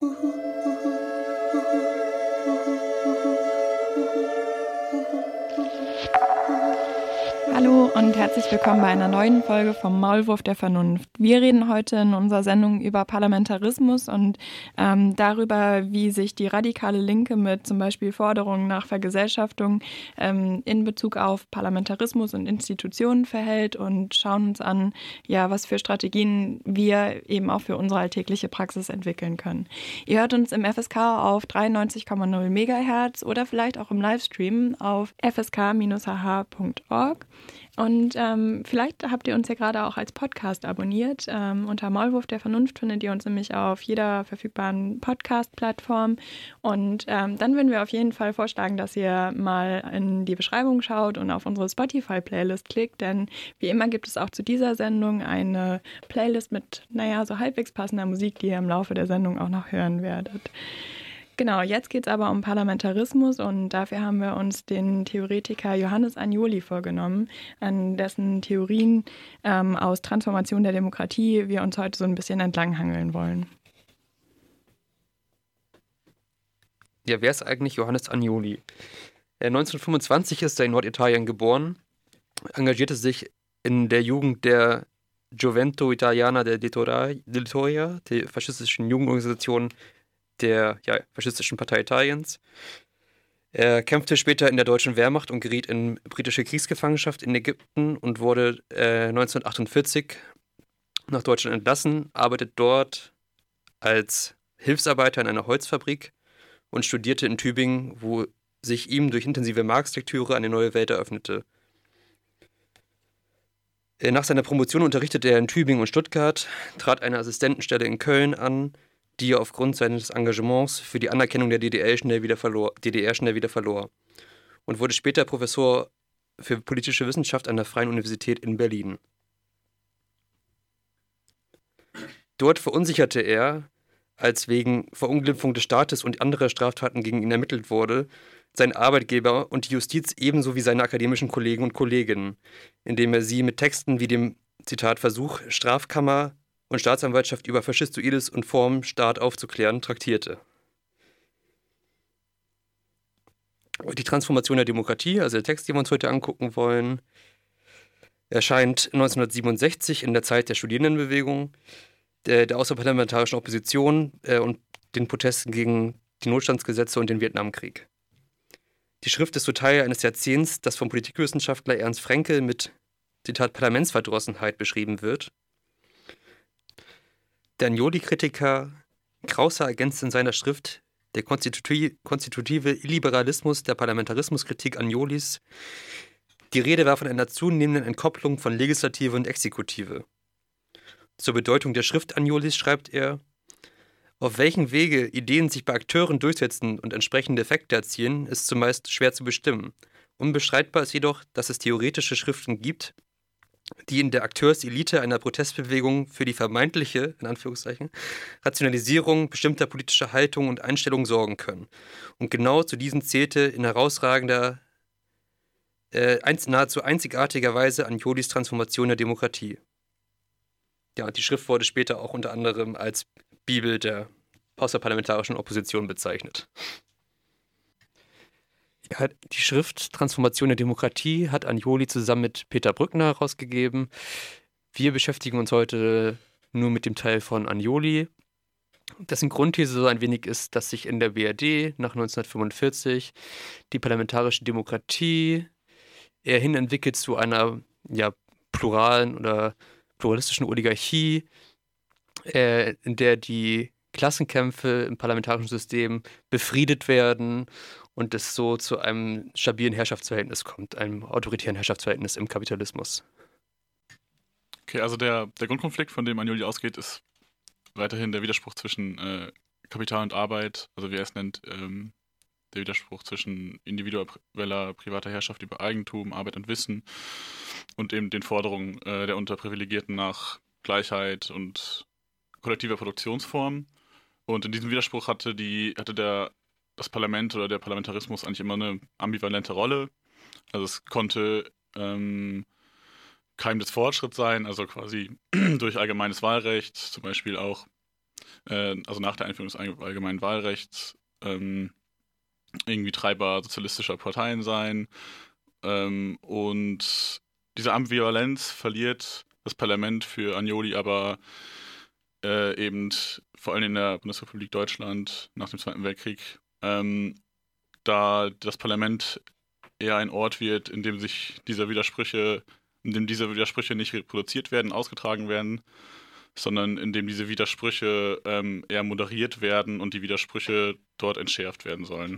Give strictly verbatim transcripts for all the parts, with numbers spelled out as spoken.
Hallo und herzlich willkommen bei einer neuen Folge vom Maulwurf der Vernunft. Wir reden heute in unserer Sendung über Parlamentarismus und ähm, darüber, wie sich die radikale Linke mit zum Beispiel Forderungen nach Vergesellschaftung ähm, in Bezug auf Parlamentarismus und Institutionen verhält und schauen uns an, ja, was für Strategien wir eben auch für unsere alltägliche Praxis entwickeln können. Ihr hört uns im F S K auf dreiundneunzig Komma null Megahertz oder vielleicht auch im Livestream auf f s k Bindestrich h h Punkt org. Und ähm, vielleicht habt ihr uns ja gerade auch als Podcast abonniert. Ähm, unter Maulwurf der Vernunft findet ihr uns nämlich auf jeder verfügbaren Podcast-Plattform. Und ähm, dann würden wir auf jeden Fall vorschlagen, dass ihr mal in die Beschreibung schaut und auf unsere Spotify-Playlist klickt. Denn wie immer gibt es auch zu dieser Sendung eine Playlist mit, naja, so halbwegs passender Musik, die ihr im Laufe der Sendung auch noch hören werdet. Genau, jetzt geht es aber um Parlamentarismus und dafür haben wir uns den Theoretiker Johannes Agnoli vorgenommen, an dessen Theorien ähm, aus Transformation der Demokratie wir uns heute so ein bisschen entlanghangeln wollen. Ja, wer ist eigentlich Johannes Agnoli? neunzehnhundertfünfundzwanzig ist er in Norditalien geboren, engagierte sich in der Jugend der Gioventù Italiana dell'Editoria, der faschistischen Jugendorganisation der ja, faschistischen Partei Italiens. Er kämpfte später in der deutschen Wehrmacht und geriet in britische Kriegsgefangenschaft in Ägypten und wurde äh, neunzehnhundertachtundvierzig nach Deutschland entlassen, arbeitet dort als Hilfsarbeiter in einer Holzfabrik und studierte in Tübingen, wo sich ihm durch intensive Marx-Lektüre eine neue Welt eröffnete. Nach seiner Promotion unterrichtete er in Tübingen und Stuttgart, trat eine Assistentenstelle in Köln an, die er aufgrund seines Engagements für die Anerkennung der D D R schnell wieder verlor, D D R schnell wieder verlor und wurde später Professor für politische Wissenschaft an der Freien Universität in Berlin. Dort verunsicherte er, als wegen Verunglimpfung des Staates und anderer Straftaten gegen ihn ermittelt wurde, seinen Arbeitgeber und die Justiz ebenso wie seine akademischen Kollegen und Kolleginnen, indem er sie mit Texten wie dem, Zitat, Versuch, Strafkammer und Staatsanwaltschaft über Faschistoides und Form Staat aufzuklären, traktierte. Die Transformation der Demokratie, also der Text, den wir uns heute angucken wollen, erscheint neunzehnhundertsiebenundsechzig in der Zeit der Studierendenbewegung, der, der außerparlamentarischen Opposition äh, und den Protesten gegen die Notstandsgesetze und den Vietnamkrieg. Die Schrift ist so Teil eines Jahrzehnts, das vom Politikwissenschaftler Ernst Fraenkel mit, Zitat, Parlamentsverdrossenheit beschrieben wird. Der Agnoli-Kritiker Krauser ergänzt in seiner Schrift Der konstituti- konstitutive Illiberalismus der Parlamentarismuskritik Agnolis. Die Rede war von einer zunehmenden Entkopplung von Legislative und Exekutive. Zur Bedeutung der Schrift Agnolis schreibt er: Auf welchem Wege Ideen sich bei Akteuren durchsetzen und entsprechende Effekte erzielen, ist zumeist schwer zu bestimmen. Unbestreitbar ist jedoch, dass es theoretische Schriften gibt, die in der Akteurselite einer Protestbewegung für die vermeintliche, in Anführungszeichen, Rationalisierung bestimmter politischer Haltungen und Einstellungen sorgen können. Und genau zu diesen zählte in herausragender, äh, nahezu einzigartiger Weise Agnolis Transformation der Demokratie. Ja, und die Schrift wurde später auch unter anderem als Bibel der außerparlamentarischen Opposition bezeichnet. Ja, die Schrift Transformation der Demokratie hat Agnoli zusammen mit Peter Brückner herausgegeben. Wir beschäftigen uns heute nur mit dem Teil von Agnoli, dessen Grundthese so ein wenig ist, dass sich in der B R D nach neunzehnhundertfünfundvierzig die parlamentarische Demokratie eher hin entwickelt zu einer ja, pluralen oder pluralistischen Oligarchie, äh, in der die Klassenkämpfe im parlamentarischen System befriedet werden und es so zu einem stabilen Herrschaftsverhältnis kommt, einem autoritären Herrschaftsverhältnis im Kapitalismus. Okay, also der, der Grundkonflikt, von dem Agnoli ausgeht, ist weiterhin der Widerspruch zwischen äh, Kapital und Arbeit, also wie er es nennt, ähm, der Widerspruch zwischen individueller privater Herrschaft über Eigentum, Arbeit und Wissen und eben den Forderungen äh, der Unterprivilegierten nach Gleichheit und kollektiver Produktionsform. Und in diesem Widerspruch hatte, die, hatte der, das Parlament oder der Parlamentarismus eigentlich immer eine ambivalente Rolle. Also es konnte ähm, Keim des Fortschritts sein, also quasi durch allgemeines Wahlrecht, zum Beispiel auch äh, also nach der Einführung des allgemeinen Wahlrechts, ähm, irgendwie Treiber sozialistischer Parteien sein. Ähm, und diese Ambivalenz verliert das Parlament für Agnoli aber äh, eben vor allem in der Bundesrepublik Deutschland nach dem Zweiten Weltkrieg, ähm, da das Parlament eher ein Ort wird, in dem sich diese Widersprüche, in dem diese Widersprüche nicht reproduziert werden, ausgetragen werden, sondern in dem diese Widersprüche ähm, eher moderiert werden und die Widersprüche dort entschärft werden sollen.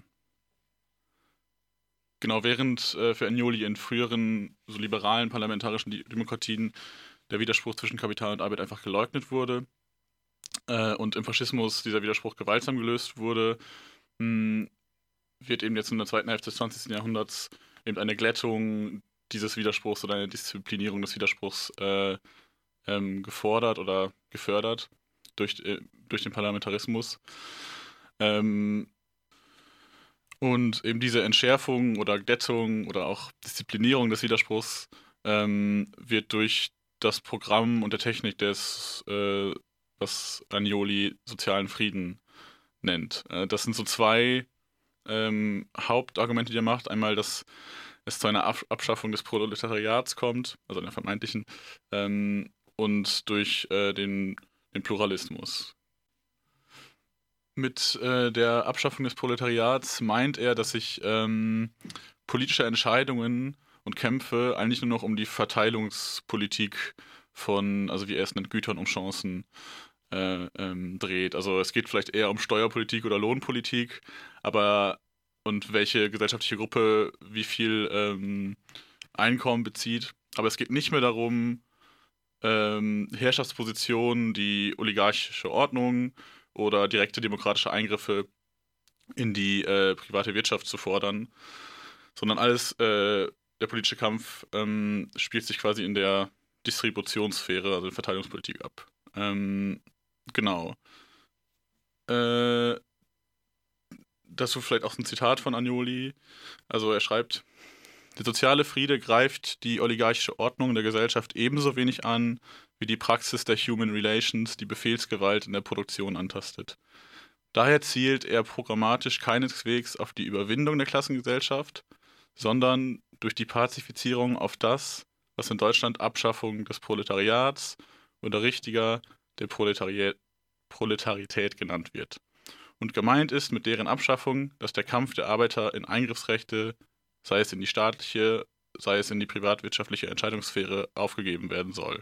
Genau, während äh, für Agnoli in früheren, so liberalen parlamentarischen Demokratien der Widerspruch zwischen Kapital und Arbeit einfach geleugnet wurde äh, und im Faschismus dieser Widerspruch gewaltsam gelöst wurde, mh, wird eben jetzt in der zweiten Hälfte des zwanzigsten Jahrhunderts eben eine Glättung dieses Widerspruchs oder eine Disziplinierung des Widerspruchs äh, ähm, gefordert oder gefördert durch, äh, durch den Parlamentarismus. Ähm, Und eben diese Entschärfung oder Glättung oder auch Disziplinierung des Widerspruchs ähm, wird durch das Programm und der Technik des, äh, was Agnoli sozialen Frieden nennt. Äh, das sind so zwei ähm, Hauptargumente, die er macht. Einmal, dass es zu einer Ab- Abschaffung des Proletariats kommt, also einer vermeintlichen, ähm, und durch äh, den, den Pluralismus. Mit äh, der Abschaffung des Proletariats meint er, dass sich ähm, politische Entscheidungen und Kämpfe eigentlich nur noch um die Verteilungspolitik von, also wie er es nennt, Gütern um Chancen äh, ähm, dreht. Also es geht vielleicht eher um Steuerpolitik oder Lohnpolitik, aber und welche gesellschaftliche Gruppe wie viel ähm, Einkommen bezieht. Aber es geht nicht mehr darum, ähm, Herrschaftspositionen, die oligarchische Ordnung oder direkte demokratische Eingriffe in die äh, private Wirtschaft zu fordern, sondern alles, äh, der politische Kampf ähm, spielt sich quasi in der Distributionssphäre, also in Verteilungspolitik ab. Ähm, genau. Äh, dazu vielleicht auch ein Zitat von Agnoli. Also er schreibt: Der soziale Friede greift die oligarchische Ordnung der Gesellschaft ebenso wenig an, wie die Praxis der Human Relations die Befehlsgewalt in der Produktion antastet. Daher zielt er programmatisch keineswegs auf die Überwindung der Klassengesellschaft, sondern durch die Pazifizierung auf das, was in Deutschland Abschaffung des Proletariats oder richtiger der Proletariat, Proletarität genannt wird. Und gemeint ist mit deren Abschaffung, dass der Kampf der Arbeiter in Eingriffsrechte, sei es in die staatliche, sei es in die privatwirtschaftliche Entscheidungssphäre, aufgegeben werden soll.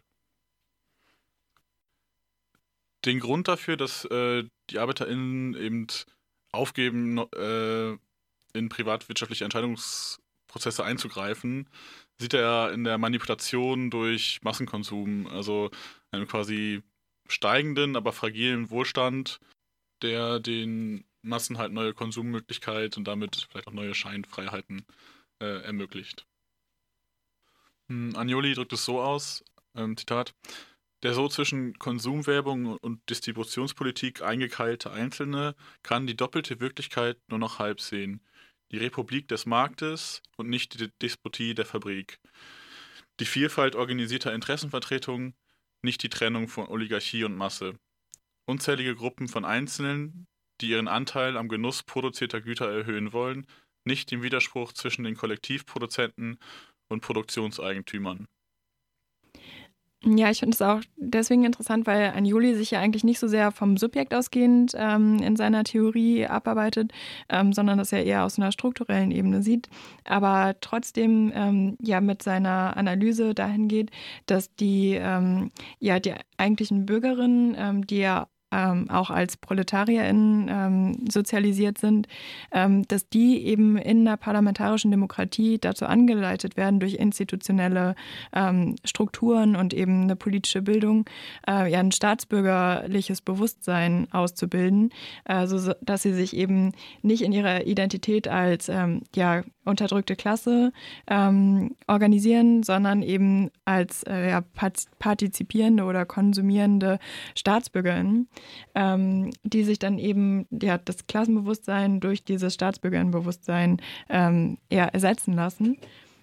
Den Grund dafür, dass äh, die ArbeiterInnen eben aufgeben, äh, in privatwirtschaftliche Entscheidungsprozesse einzugreifen, sieht er in der Manipulation durch Massenkonsum, also einem quasi steigenden, aber fragilen Wohlstand, der den Massen halt neue Konsummöglichkeiten und damit vielleicht auch neue Scheinfreiheiten äh, ermöglicht. Hm, Agnoli drückt es so aus, ähm, Zitat: Der so zwischen Konsumwerbung und Distributionspolitik eingekeilte Einzelne kann die doppelte Wirklichkeit nur noch halb sehen. Die Republik des Marktes und nicht die Despotie der Fabrik. Die Vielfalt organisierter Interessenvertretungen, nicht die Trennung von Oligarchie und Masse. Unzählige Gruppen von Einzelnen, die ihren Anteil am Genuss produzierter Güter erhöhen wollen, nicht im Widerspruch zwischen den Kollektivproduzenten und Produktionseigentümern. Ja, ich finde es auch deswegen interessant, weil Agnoli sich ja eigentlich nicht so sehr vom Subjekt ausgehend ähm, in seiner Theorie abarbeitet, ähm, sondern das ja eher aus einer strukturellen Ebene sieht, aber trotzdem ähm, ja mit seiner Analyse dahin geht, dass die, ähm, ja, die eigentlichen Bürgerinnen, ähm, die ja ähm, auch als ProletarierInnen ähm, sozialisiert sind, ähm, dass die eben in einer parlamentarischen Demokratie dazu angeleitet werden, durch institutionelle ähm, Strukturen und eben eine politische Bildung, äh, ja, ein staatsbürgerliches Bewusstsein auszubilden, also so, dass sie sich eben nicht in ihrer Identität als ähm, ja, unterdrückte Klasse ähm, organisieren, sondern eben als äh, ja, partizipierende oder konsumierende StaatsbürgerInnen, ähm, die sich dann eben ja, das Klassenbewusstsein durch dieses Staatsbürgerinnenbewusstsein ähm, ja, ersetzen lassen.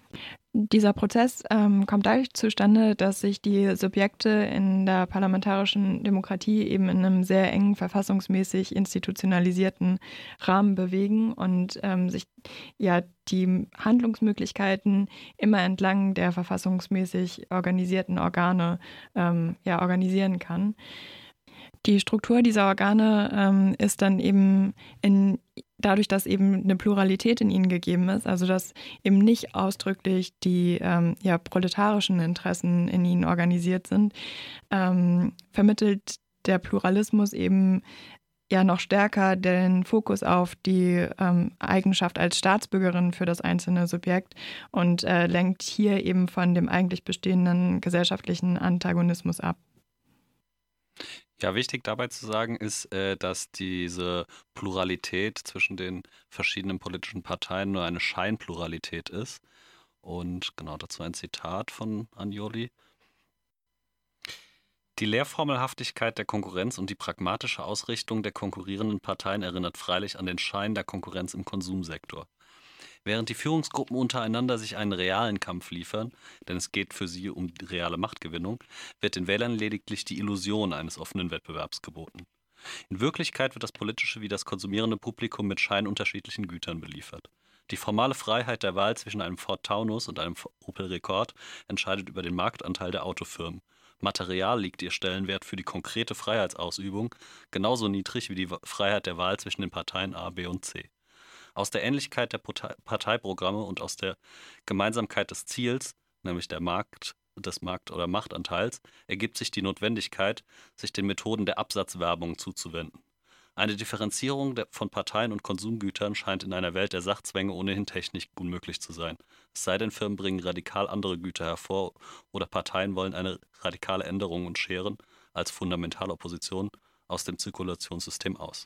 Dieser Prozess ähm, kommt dadurch zustande, dass sich die Subjekte in der parlamentarischen Demokratie eben in einem sehr engen, verfassungsmäßig institutionalisierten Rahmen bewegen und ähm, sich ja die Handlungsmöglichkeiten immer entlang der verfassungsmäßig organisierten Organe ähm, ja, organisieren kann. Die Struktur dieser Organe ähm, ist dann eben in, dadurch, dass eben eine Pluralität in ihnen gegeben ist, also dass eben nicht ausdrücklich die ähm, ja, proletarischen Interessen in ihnen organisiert sind, ähm, vermittelt der Pluralismus eben ja noch stärker den Fokus auf die ähm, Eigenschaft als Staatsbürgerin für das einzelne Subjekt und äh, lenkt hier eben von dem eigentlich bestehenden gesellschaftlichen Antagonismus ab. Ja, wichtig dabei zu sagen ist, äh, dass diese Pluralität zwischen den verschiedenen politischen Parteien nur eine Scheinpluralität ist. Und genau dazu ein Zitat von Agnoli. Die Lehrformelhaftigkeit der Konkurrenz und die pragmatische Ausrichtung der konkurrierenden Parteien erinnert freilich an den Schein der Konkurrenz im Konsumsektor. Während die Führungsgruppen untereinander sich einen realen Kampf liefern, denn es geht für sie um die reale Machtgewinnung, wird den Wählern lediglich die Illusion eines offenen Wettbewerbs geboten. In Wirklichkeit wird das politische wie das konsumierende Publikum mit scheinunterschiedlichen Gütern beliefert. Die formale Freiheit der Wahl zwischen einem Ford Taunus und einem Opel Rekord entscheidet über den Marktanteil der Autofirmen. Material liegt ihr Stellenwert für die konkrete Freiheitsausübung genauso niedrig wie die Freiheit der Wahl zwischen den Parteien A, B und C. Aus der Ähnlichkeit der Parteiprogramme und aus der Gemeinsamkeit des Ziels, nämlich der Markt, des Markt- oder Machtanteils, ergibt sich die Notwendigkeit, sich den Methoden der Absatzwerbung zuzuwenden. Eine Differenzierung der, von Parteien und Konsumgütern scheint in einer Welt der Sachzwänge ohnehin technisch unmöglich zu sein. Es sei denn, Firmen bringen radikal andere Güter hervor oder Parteien wollen eine radikale Änderung und scheren als fundamentale Opposition aus dem Zirkulationssystem aus.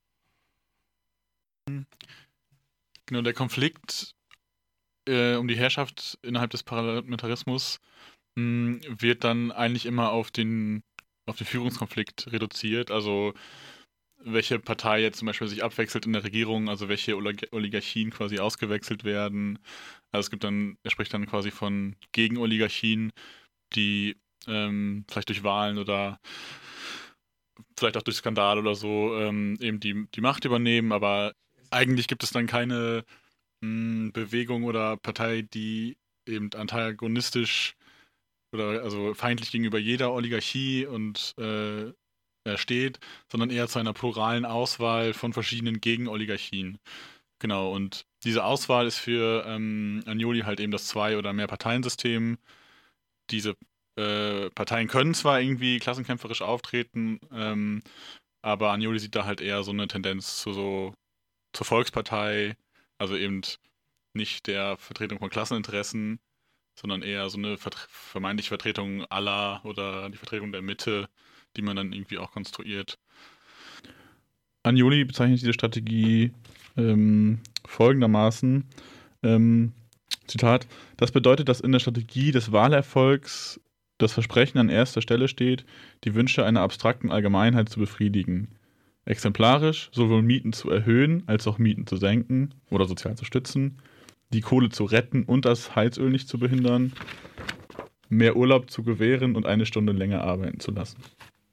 Genau, der Konflikt äh, um die Herrschaft innerhalb des Parlamentarismus mh, wird dann eigentlich immer auf den, auf den Führungskonflikt reduziert. Also welche Partei jetzt zum Beispiel sich abwechselt in der Regierung, also welche Olig- Oligarchien quasi ausgewechselt werden. Also es gibt dann, er spricht dann quasi von Gegenoligarchien, die ähm, vielleicht durch Wahlen oder vielleicht auch durch Skandal oder so ähm, eben die, die Macht übernehmen, aber eigentlich gibt es dann keine mh, Bewegung oder Partei, die eben antagonistisch oder also feindlich gegenüber jeder Oligarchie und äh, steht, sondern eher zu einer pluralen Auswahl von verschiedenen Gegenoligarchien. Genau, und diese Auswahl ist für ähm, Agnoli halt eben das Zwei- oder Mehr-Parteiensystem. Diese äh, Parteien können zwar irgendwie klassenkämpferisch auftreten, ähm, aber Agnoli sieht da halt eher so eine Tendenz zu so zur Volkspartei, also eben nicht der Vertretung von Klasseninteressen, sondern eher so eine vert- vermeintliche Vertretung aller oder die Vertretung der Mitte, die man dann irgendwie auch konstruiert. Agnoli bezeichnet diese Strategie ähm, folgendermaßen, ähm, Zitat, das bedeutet, dass in der Strategie des Wahlerfolgs das Versprechen an erster Stelle steht, die Wünsche einer abstrakten Allgemeinheit zu befriedigen. Exemplarisch sowohl Mieten zu erhöhen, als auch Mieten zu senken oder sozial zu stützen, die Kohle zu retten und das Heizöl nicht zu behindern, mehr Urlaub zu gewähren und eine Stunde länger arbeiten zu lassen.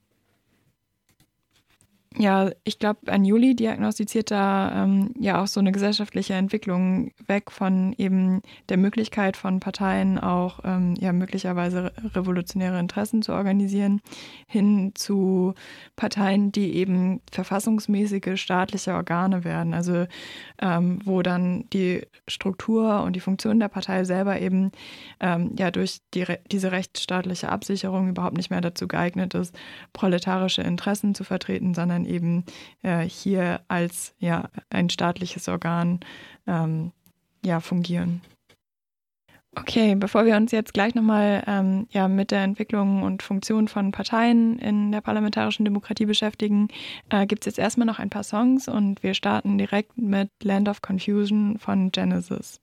Ja, ich glaube, Agnoli diagnostiziert da ähm, ja auch so eine gesellschaftliche Entwicklung weg von eben der Möglichkeit von Parteien auch ähm, ja möglicherweise revolutionäre Interessen zu organisieren, hin zu Parteien, die eben verfassungsmäßige staatliche Organe werden, also ähm, wo dann die Struktur und die Funktion der Partei selber eben ähm, ja durch die, diese rechtsstaatliche Absicherung überhaupt nicht mehr dazu geeignet ist, proletarische Interessen zu vertreten, sondern eben äh, hier als ja, ein staatliches Organ ähm, ja, fungieren. Okay, bevor wir uns jetzt gleich nochmal ähm, ja, mit der Entwicklung und Funktion von Parteien in der parlamentarischen Demokratie beschäftigen, äh, gibt es jetzt erstmal noch ein paar Songs und wir starten direkt mit Land of Confusion von Genesis.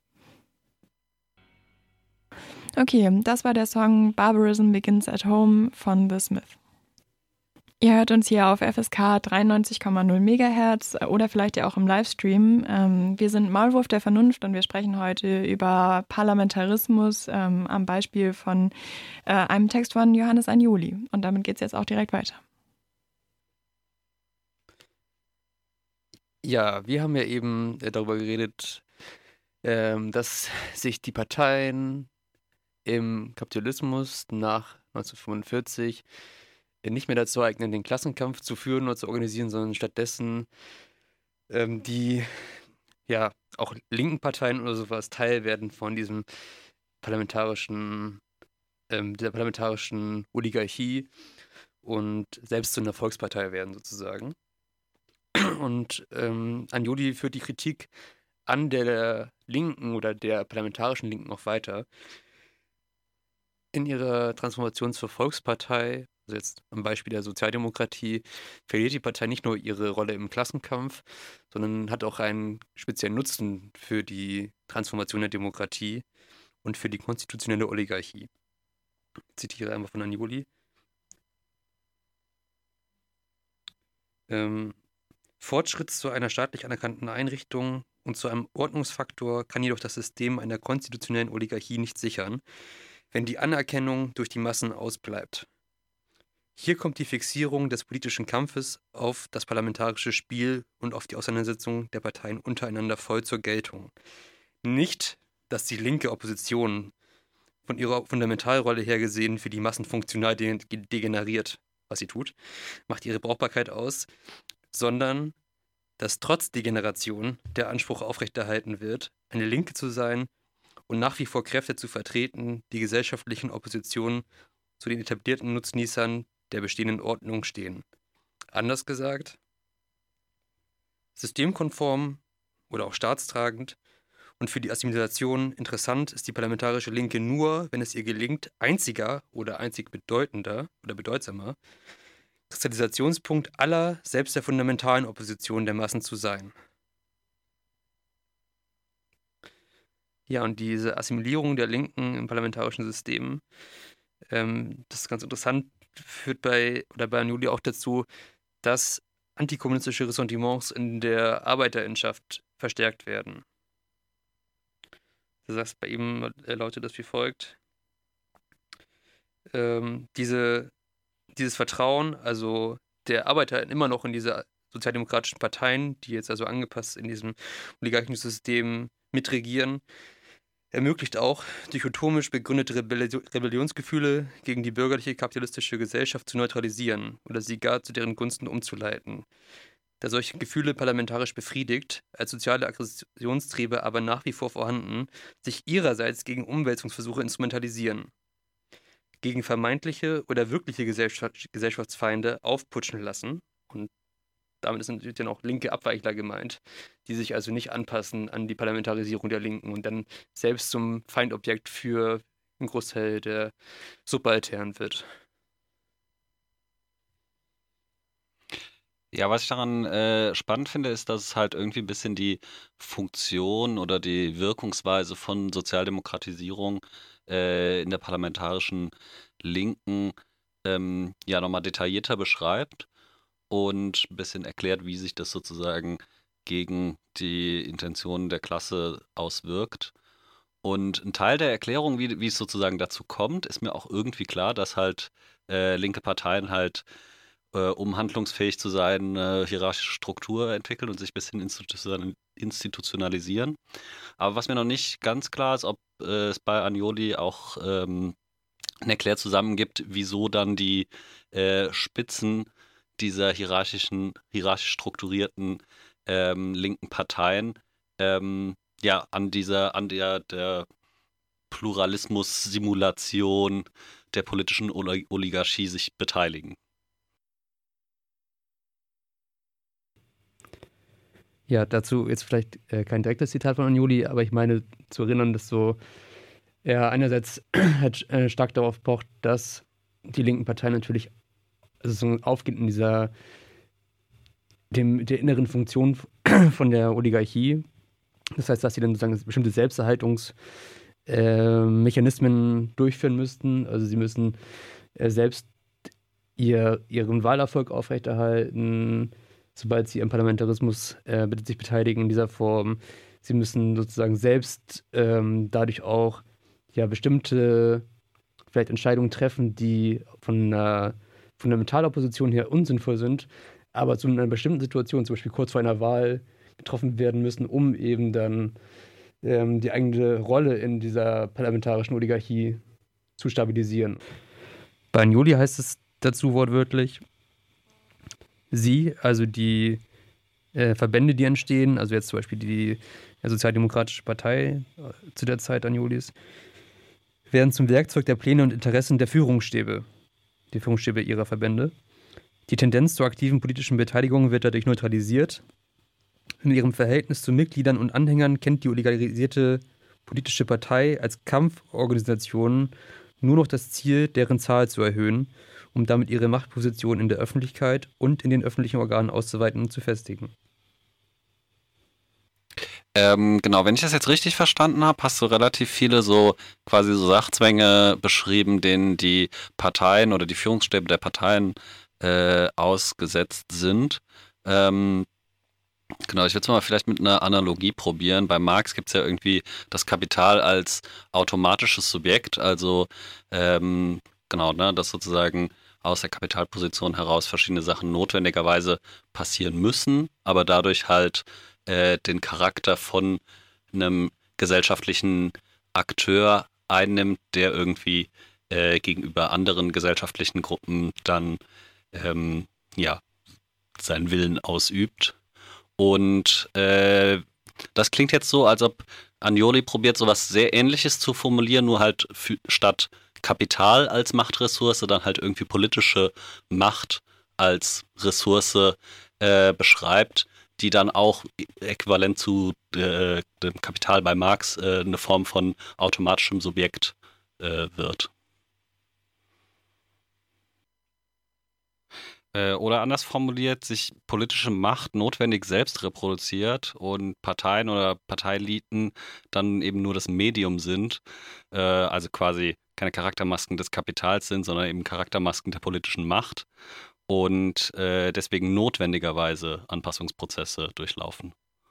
Okay, das war der Song Barbarism Begins at Home von The Smiths. Ihr hört uns hier auf F S K dreiundneunzig Komma null Megahertz oder vielleicht ja auch im Livestream. Ähm, wir sind Maulwurf der Vernunft und wir sprechen heute über Parlamentarismus ähm, am Beispiel von äh, einem Text von Johannes Agnoli. Und damit geht es jetzt auch direkt weiter. Ja, wir haben ja eben äh, darüber geredet, ähm, dass sich die Parteien im Kapitalismus nach neunzehnhundertfünfundvierzig äh, nicht mehr dazu eignen, den Klassenkampf zu führen oder zu organisieren, sondern stattdessen ähm, die ja auch linken Parteien oder sowas Teil werden von diesem parlamentarischen, ähm, dieser parlamentarischen Oligarchie und selbst zu einer Volkspartei werden sozusagen. Und ähm, Agnoli führt die Kritik an der Linken oder der parlamentarischen Linken auch weiter. In ihrer Transformation zur Volkspartei, also jetzt am Beispiel der Sozialdemokratie, verliert die Partei nicht nur ihre Rolle im Klassenkampf, sondern hat auch einen speziellen Nutzen für die Transformation der Demokratie und für die konstitutionelle Oligarchie. Ich zitiere einmal von Agnoli. Ähm, Fortschritt zu einer staatlich anerkannten Einrichtung und zu einem Ordnungsfaktor kann jedoch das System einer konstitutionellen Oligarchie nicht sichern, wenn die Anerkennung durch die Massen ausbleibt. Hier kommt die Fixierung des politischen Kampfes auf das parlamentarische Spiel und auf die Auseinandersetzung der Parteien untereinander voll zur Geltung. Nicht, dass die linke Opposition von ihrer Fundamentalrolle her gesehen für die Massen funktional de- degeneriert, was sie tut, macht ihre Brauchbarkeit aus, sondern dass trotz Degeneration der Anspruch aufrechterhalten wird, eine Linke zu sein und nach wie vor Kräfte zu vertreten, die gesellschaftlichen Oppositionen zu den etablierten Nutznießern der bestehenden Ordnung stehen. Anders gesagt, systemkonform oder auch staatstragend und für die Assimilation interessant ist die parlamentarische Linke nur, wenn es ihr gelingt, einziger oder einzig bedeutender oder bedeutsamer Kristallisationspunkt aller, selbst der fundamentalen Opposition der Massen zu sein. Ja, und diese Assimilierung der Linken im parlamentarischen System, ähm, das ist ganz interessant, führt bei, oder bei Agnoli auch dazu, dass antikommunistische Ressentiments in der Arbeiterinnenschaft verstärkt werden. Du sagst, bei ihm äh, lautet das wie folgt. Ähm, diese, dieses Vertrauen, also der Arbeiter immer noch in diese sozialdemokratischen Parteien, die jetzt also angepasst in diesem oligarchischen System mitregieren, ermöglicht auch, dichotomisch begründete Rebelli- Rebellionsgefühle gegen die bürgerliche kapitalistische Gesellschaft zu neutralisieren oder sie gar zu deren Gunsten umzuleiten. Da solche Gefühle parlamentarisch befriedigt, als soziale Aggressionstriebe aber nach wie vor vorhanden, sich ihrerseits gegen Umwälzungsversuche instrumentalisieren, gegen vermeintliche oder wirkliche Gesellschaft, Gesellschaftsfeinde aufputschen lassen. Und damit ist natürlich dann auch linke Abweichler gemeint, die sich also nicht anpassen an die Parlamentarisierung der Linken und dann selbst zum Feindobjekt für einen Großteil der Subalternen wird. Ja, was ich daran äh, spannend finde, ist, dass es halt irgendwie ein bisschen die Funktion oder die Wirkungsweise von Sozialdemokratisierung äh, in der parlamentarischen Linken ähm, ja nochmal detaillierter beschreibt und ein bisschen erklärt, wie sich das sozusagen gegen die Intentionen der Klasse auswirkt. Und ein Teil der Erklärung, wie, wie es sozusagen dazu kommt, ist mir auch irgendwie klar, dass halt äh, linke Parteien halt, äh, um handlungsfähig zu sein, eine hierarchische Struktur entwickeln und sich ein bisschen institutional- institutionalisieren. Aber was mir noch nicht ganz klar ist, ob äh, es bei Agnoli auch ähm, ein Erklärzusammen gibt, wieso dann die äh, Spitzen dieser hierarchischen, hierarchisch strukturierten ähm, linken Parteien ähm, ja an dieser, an der, der Pluralismus-Simulation der politischen Oli- Oligarchie sich beteiligen. Ja, dazu jetzt vielleicht äh, kein direktes Zitat von Agnoli, aber ich meine zu erinnern, dass so er einerseits halt, äh, stark darauf pocht, dass die linken Parteien natürlich also so aufgeht in dieser dem, der inneren Funktion von der Oligarchie. Das heißt, dass sie dann sozusagen bestimmte Selbsterhaltungsmechanismen äh, durchführen müssten. Also sie müssen äh, selbst ihr, ihren Wahlerfolg aufrechterhalten, sobald sie am Parlamentarismus äh, sich beteiligen in dieser Form. Sie müssen sozusagen selbst ähm, dadurch auch ja, bestimmte vielleicht Entscheidungen treffen, die von einer Fundamentalopposition her unsinnvoll sind, aber zu einer bestimmten Situation, zum Beispiel kurz vor einer Wahl, getroffen werden müssen, um eben dann ähm, die eigene Rolle in dieser parlamentarischen Oligarchie zu stabilisieren. Bei Agnoli heißt es dazu wortwörtlich, sie, also die äh, Verbände, die entstehen, also jetzt zum Beispiel die äh, Sozialdemokratische Partei äh, zu der Zeit Agnolis, werden zum Werkzeug der Pläne und Interessen der Führungsstäbe, die Führungsstäbe ihrer Verbände. Die Tendenz zur aktiven politischen Beteiligung wird dadurch neutralisiert. In ihrem Verhältnis zu Mitgliedern und Anhängern kennt die oligarchisierte politische Partei als Kampforganisation nur noch das Ziel, deren Zahl zu erhöhen, um damit ihre Machtposition in der Öffentlichkeit und in den öffentlichen Organen auszuweiten und zu festigen. Ähm, genau, wenn ich das jetzt richtig verstanden habe, hast du relativ viele so quasi so Sachzwänge beschrieben, denen die Parteien oder die Führungsstäbe der Parteien äh, ausgesetzt sind. Ähm, genau, ich würde es mal vielleicht mit einer Analogie probieren. Bei Marx gibt es ja irgendwie das Kapital als automatisches Subjekt, also ähm, genau, ne, dass sozusagen aus der Kapitalposition heraus verschiedene Sachen notwendigerweise passieren müssen, aber dadurch halt äh, den Charakter von einem gesellschaftlichen Akteur einnimmt, der irgendwie äh, gegenüber anderen gesellschaftlichen Gruppen dann ähm, ja, seinen Willen ausübt. Und äh, das klingt jetzt so, als ob Agnoli probiert, sowas sehr Ähnliches zu formulieren, nur halt für, statt Kapital als Machtressource dann halt irgendwie politische Macht als Ressource äh, beschreibt, die dann auch äquivalent zu äh, dem Kapital bei Marx äh, eine Form von automatischem Subjekt äh, wird. Äh, oder anders formuliert, sich politische Macht notwendig selbst reproduziert und Parteien oder Parteiliten dann eben nur das Medium sind, äh, also quasi keine Charaktermasken des Kapitals sind, sondern eben Charaktermasken der politischen Macht und äh, deswegen notwendigerweise Anpassungsprozesse durchlaufen.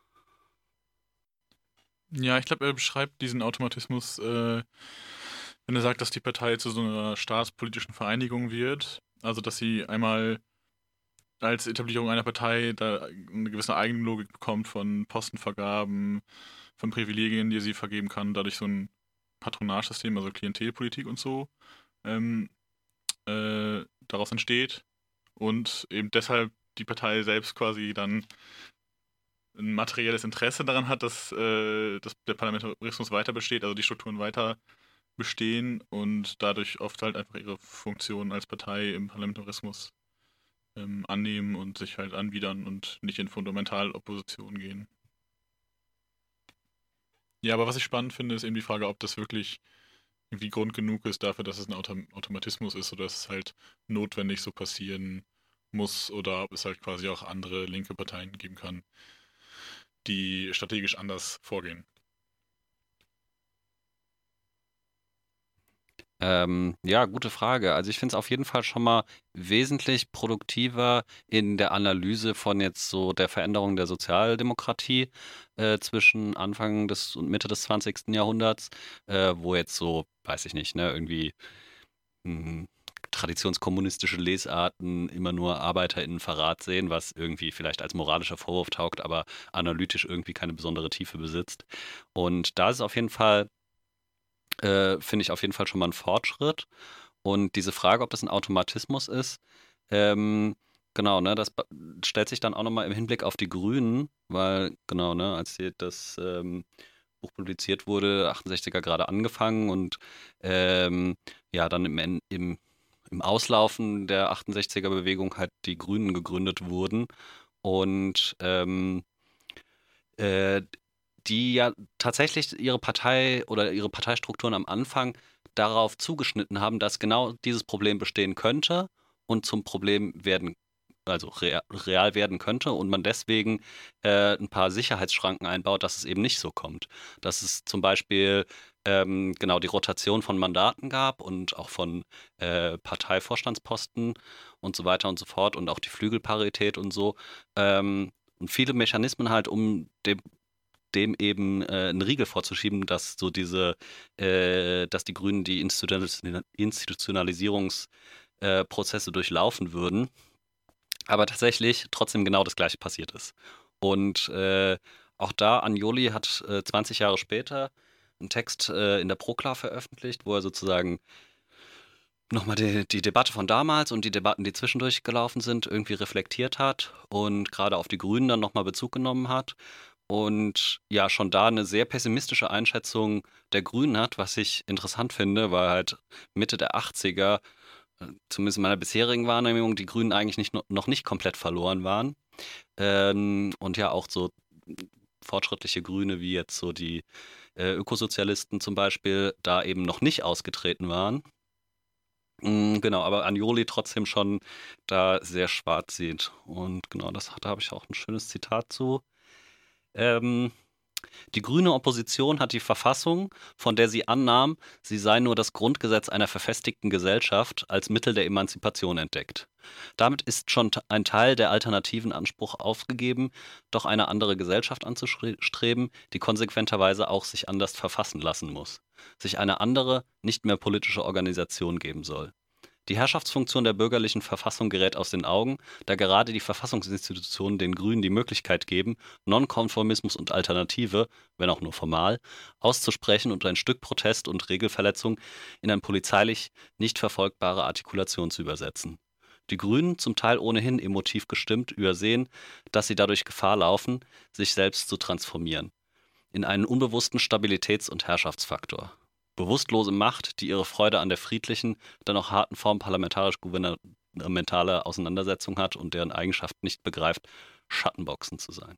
Ja, ich glaube, er beschreibt diesen Automatismus, äh, wenn er sagt, dass die Partei zu so einer staatspolitischen Vereinigung wird. Also, dass sie einmal als Etablierung einer Partei da eine gewisse Eigenlogik bekommt von Postenvergaben, von Privilegien, die sie vergeben kann, dadurch so ein Patronagesystem, also Klientelpolitik und so, ähm, äh, daraus entsteht. Und eben deshalb die Partei selbst quasi dann ein materielles Interesse daran hat, dass, äh, dass der Parlamentarismus weiter besteht, also die Strukturen weiter bestehen und dadurch oft halt einfach ihre Funktion als Partei im Parlamentarismus ähm, annehmen und sich halt anbiedern und nicht in Fundamentalopposition gehen. Ja, aber was ich spannend finde, ist eben die Frage, ob das wirklich irgendwie Grund genug ist dafür, dass es ein Autom Automatismus ist oder dass es halt notwendig so passieren muss oder ob es halt quasi auch andere linke Parteien geben kann, die strategisch anders vorgehen. Ähm, ja, gute Frage. Also ich finde es auf jeden Fall schon mal wesentlich produktiver in der Analyse von jetzt so der Veränderung der Sozialdemokratie äh, zwischen Anfang des und Mitte des zwanzigsten Jahrhunderts, äh, wo jetzt so, weiß ich nicht, ne, irgendwie mh, traditionskommunistische Lesarten immer nur ArbeiterInnenverrat sehen, was irgendwie vielleicht als moralischer Vorwurf taugt, aber analytisch irgendwie keine besondere Tiefe besitzt. Und da ist es auf jeden Fall äh, finde ich auf jeden Fall schon mal ein Fortschritt. Und diese Frage, ob das ein Automatismus ist, ähm, genau, ne, das ba- stellt sich dann auch nochmal im Hinblick auf die Grünen, weil, genau, ne, als die, das ähm, Buch publiziert wurde, achtundsechziger gerade angefangen und ähm, ja, dann im, En- im, im Auslaufen der achtundsechziger Bewegung halt die Grünen gegründet wurden. Und ähm, äh, die ja tatsächlich ihre Partei oder ihre Parteistrukturen am Anfang darauf zugeschnitten haben, dass genau dieses Problem bestehen könnte und zum Problem werden, also real, real werden könnte und man deswegen äh, ein paar Sicherheitsschranken einbaut, dass es eben nicht so kommt. Dass es zum Beispiel ähm, genau die Rotation von Mandaten gab und auch von äh, Parteivorstandsposten und so weiter und so fort und auch die Flügelparität und so. Ähm, und viele Mechanismen halt, um dem, dem eben äh, einen Riegel vorzuschieben, dass so diese, äh, dass die Grünen die Institutionalis- Institutionalisierungsprozesse durchlaufen würden. Aber tatsächlich trotzdem genau das Gleiche passiert ist. Und äh, auch da, Agnoli hat äh, zwanzig Jahre später einen Text äh, in der Prokla veröffentlicht, wo er sozusagen nochmal die, die Debatte von damals und die Debatten, die zwischendurch gelaufen sind, irgendwie reflektiert hat und gerade auf die Grünen dann nochmal Bezug genommen hat. Und ja, schon da eine sehr pessimistische Einschätzung der Grünen hat, was ich interessant finde, weil halt Mitte der achtziger, äh, zumindest in meiner bisherigen Wahrnehmung, die Grünen eigentlich nicht, noch nicht komplett verloren waren. Ähm, und ja auch so fortschrittliche Grüne wie jetzt so die äh, Ökosozialisten zum Beispiel da eben noch nicht ausgetreten waren. Mm, genau, aber Agnoli trotzdem schon da sehr schwarz sieht. Und genau, das, da habe ich auch ein schönes Zitat zu. Ähm, Die grüne Opposition hat die Verfassung, von der sie annahm, sie sei nur das Grundgesetz einer verfestigten Gesellschaft, als Mittel der Emanzipation entdeckt. Damit ist schon t- ein Teil der alternativen Anspruch aufgegeben, doch eine andere Gesellschaft anzustreben, die konsequenterweise auch sich anders verfassen lassen muss, sich eine andere, nicht mehr politische Organisation geben soll. Die Herrschaftsfunktion der bürgerlichen Verfassung gerät aus den Augen, da gerade die Verfassungsinstitutionen den Grünen die Möglichkeit geben, Nonkonformismus und Alternative, wenn auch nur formal, auszusprechen und ein Stück Protest und Regelverletzung in eine polizeilich nicht verfolgbare Artikulation zu übersetzen. Die Grünen, zum Teil ohnehin emotiv gestimmt, übersehen, dass sie dadurch Gefahr laufen, sich selbst zu transformieren in einen unbewussten Stabilitäts- und Herrschaftsfaktor. Bewusstlose Macht, die ihre Freude an der friedlichen, dann auch harten Form parlamentarisch-gouvernementaler Auseinandersetzung hat und deren Eigenschaft nicht begreift, Schattenboxen zu sein.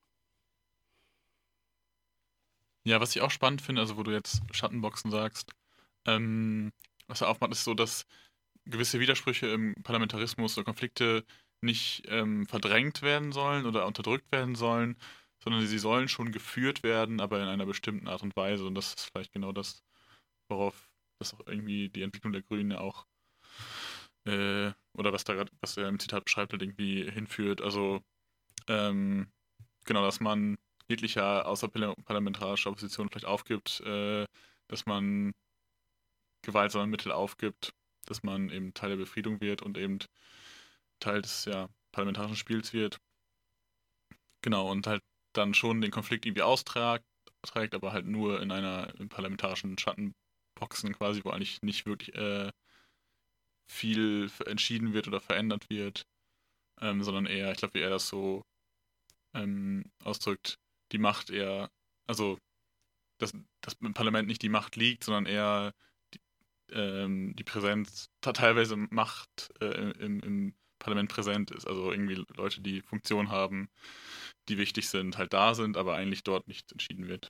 Ja, was ich auch spannend finde, also wo du jetzt Schattenboxen sagst, ähm, was er aufmacht, ist so, dass gewisse Widersprüche im Parlamentarismus oder Konflikte nicht ähm, verdrängt werden sollen oder unterdrückt werden sollen, sondern sie sollen schon geführt werden, aber in einer bestimmten Art und Weise. Und das ist vielleicht genau das, worauf das auch irgendwie die Entwicklung der Grünen ja auch, äh, oder was da grad, was er im Zitat beschreibt, halt irgendwie hinführt. Also, ähm, genau, dass man jeglicher außerparlamentarischer Opposition vielleicht aufgibt, äh, dass man gewaltsame Mittel aufgibt, dass man eben Teil der Befriedung wird und eben Teil des ja, parlamentarischen Spiels wird. Genau, und halt dann schon den Konflikt irgendwie austrägt, trägt, aber halt nur in einer in parlamentarischen Schattenboxen quasi, wo eigentlich nicht wirklich äh, viel ver- entschieden wird oder verändert wird, ähm, sondern eher, ich glaube, wie er das so ähm, ausdrückt, die Macht eher, also dass, dass im Parlament nicht die Macht liegt, sondern eher die, ähm, die Präsenz, te- teilweise Macht äh, im, im Parlament präsent ist. Also irgendwie Leute, die Funktion haben, die wichtig sind, halt da sind, aber eigentlich dort nichts entschieden wird.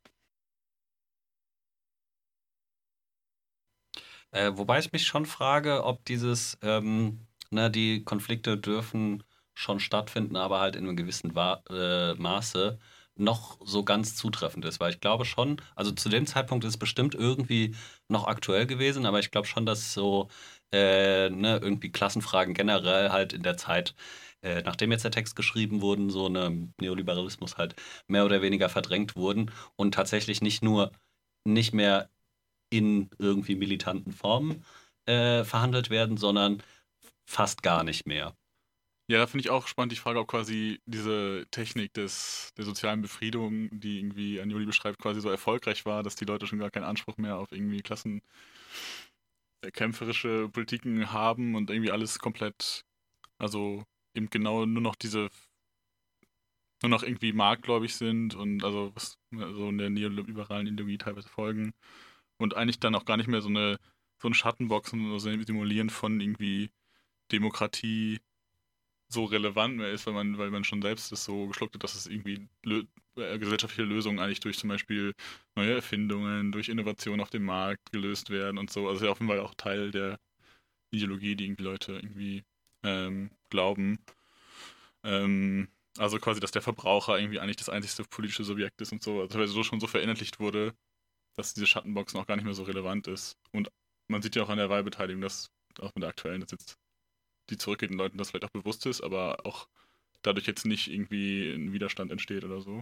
Äh, wobei ich mich schon frage, ob dieses, ähm, ne, die Konflikte dürfen schon stattfinden, aber halt in einem gewissen Wa äh, Maße noch so ganz zutreffend ist. Weil ich glaube schon, also zu dem Zeitpunkt ist es bestimmt irgendwie noch aktuell gewesen, aber ich glaube schon, dass so äh, ne, irgendwie Klassenfragen generell halt in der Zeit, äh, nachdem jetzt der Text geschrieben wurde, so ne Neoliberalismus halt mehr oder weniger verdrängt wurden und tatsächlich nicht nur nicht mehr in irgendwie militanten Formen äh, verhandelt werden, sondern fast gar nicht mehr. Ja, da finde ich auch spannend die Frage, ob quasi diese Technik des, der sozialen Befriedung, die irgendwie Agnoli beschreibt, quasi so erfolgreich war, dass die Leute schon gar keinen Anspruch mehr auf irgendwie klassenkämpferische Politiken haben und irgendwie alles komplett, also eben genau nur noch diese, nur noch irgendwie marktgläubig sind und also was so in der neoliberalen Ideologie teilweise folgen und eigentlich dann auch gar nicht mehr so eine, so ein Schattenboxen oder so ein Simulieren von irgendwie Demokratie so relevant mehr ist, weil man, weil man schon selbst das so geschluckt hat, dass es irgendwie lö äh, gesellschaftliche Lösungen eigentlich durch zum Beispiel neue Erfindungen, durch Innovation auf dem Markt gelöst werden und so. Also ja, auf jeden Fall auch Teil der Ideologie, die irgendwie Leute irgendwie ähm, glauben. Ähm, also quasi, dass der Verbraucher irgendwie eigentlich das einzigste politische Subjekt ist und so. Also weil so schon so verinnerlicht wurde, dass diese Schattenboxen auch gar nicht mehr so relevant ist. Und man sieht ja auch an der Wahlbeteiligung, dass auch mit der aktuellen, dass jetzt die zurückgeht und Leuten das vielleicht auch bewusst ist, aber auch dadurch jetzt nicht irgendwie ein Widerstand entsteht oder so.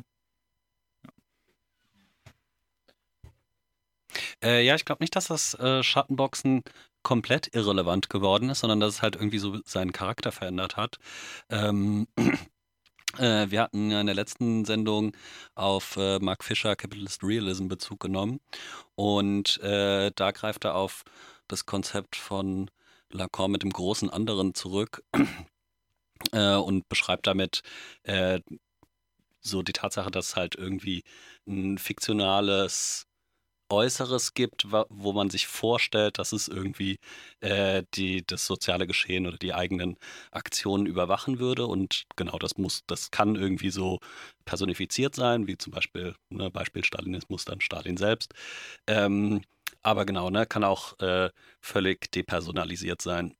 Äh, ja, ich glaube nicht, dass das äh, Schattenboxen komplett irrelevant geworden ist, sondern dass es halt irgendwie so seinen Charakter verändert hat. Ähm, äh, wir hatten ja in der letzten Sendung auf äh, Mark Fisher Capitalist Realism Bezug genommen und äh, da greift er auf das Konzept von Lacan mit dem großen anderen zurück äh, und beschreibt damit äh, so die Tatsache, dass halt irgendwie ein fiktionales Äußeres gibt, wa- wo man sich vorstellt, dass es irgendwie äh, die, das soziale Geschehen oder die eigenen Aktionen überwachen würde. Und genau das muss, das kann irgendwie so personifiziert sein, wie zum Beispiel, ne, Beispiel Stalinismus, dann Stalin selbst. Ähm, aber genau, ne, kann auch äh, völlig depersonalisiert sein.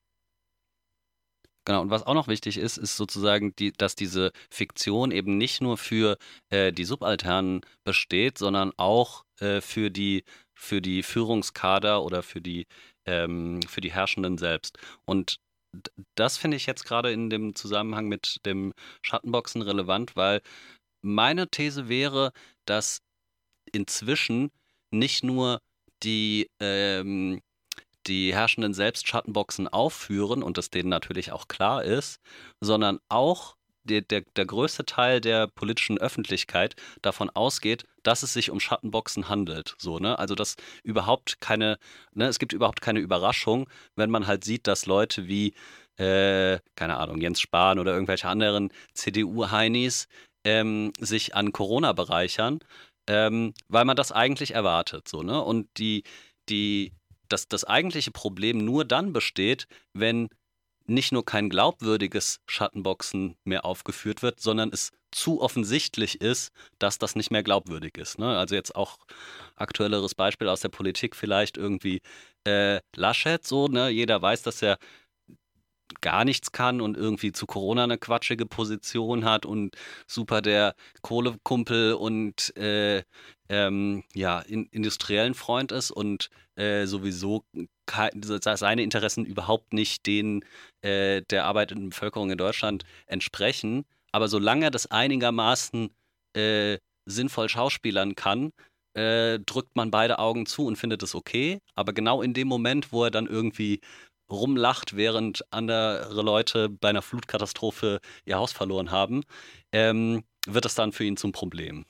Genau, und was auch noch wichtig ist, ist sozusagen, die, dass diese Fiktion eben nicht nur für äh, die Subalternen besteht, sondern auch äh, für die, für die Führungskader oder für die, ähm, für die Herrschenden selbst. Und d- das finde ich jetzt gerade in dem Zusammenhang mit dem Schattenboxen relevant, weil meine These wäre, dass inzwischen nicht nur die, ähm, die Herrschenden selbst Schattenboxen aufführen und das denen natürlich auch klar ist, sondern auch der, der, der größte Teil der politischen Öffentlichkeit davon ausgeht, dass es sich um Schattenboxen handelt. So, ne? Also dass überhaupt keine, ne, es gibt überhaupt keine Überraschung, wenn man halt sieht, dass Leute wie, äh, keine Ahnung, Jens Spahn oder irgendwelche anderen C D U-Heinis ähm, sich an Corona bereichern, ähm, weil man das eigentlich erwartet. So, ne? Und die, die dass das eigentliche Problem nur dann besteht, wenn nicht nur kein glaubwürdiges Schattenboxen mehr aufgeführt wird, sondern es zu offensichtlich ist, dass das nicht mehr glaubwürdig ist. Ne? Also jetzt auch aktuelleres Beispiel aus der Politik vielleicht irgendwie äh, Laschet, so, ne? Jeder weiß, dass er gar nichts kann und irgendwie zu Corona eine quatschige Position hat und super der Kohlekumpel und äh, ähm, ja, in, industriellen Freund ist und äh, sowieso kei- seine Interessen überhaupt nicht denen äh, der arbeitenden Bevölkerung in Deutschland entsprechen. Aber solange er das einigermaßen äh, sinnvoll schauspielern kann, äh, drückt man beide Augen zu und findet es okay. Aber genau in dem Moment, wo er dann irgendwie rumlacht, während andere Leute bei einer Flutkatastrophe ihr Haus verloren haben, ähm, wird das dann für ihn zum Problem.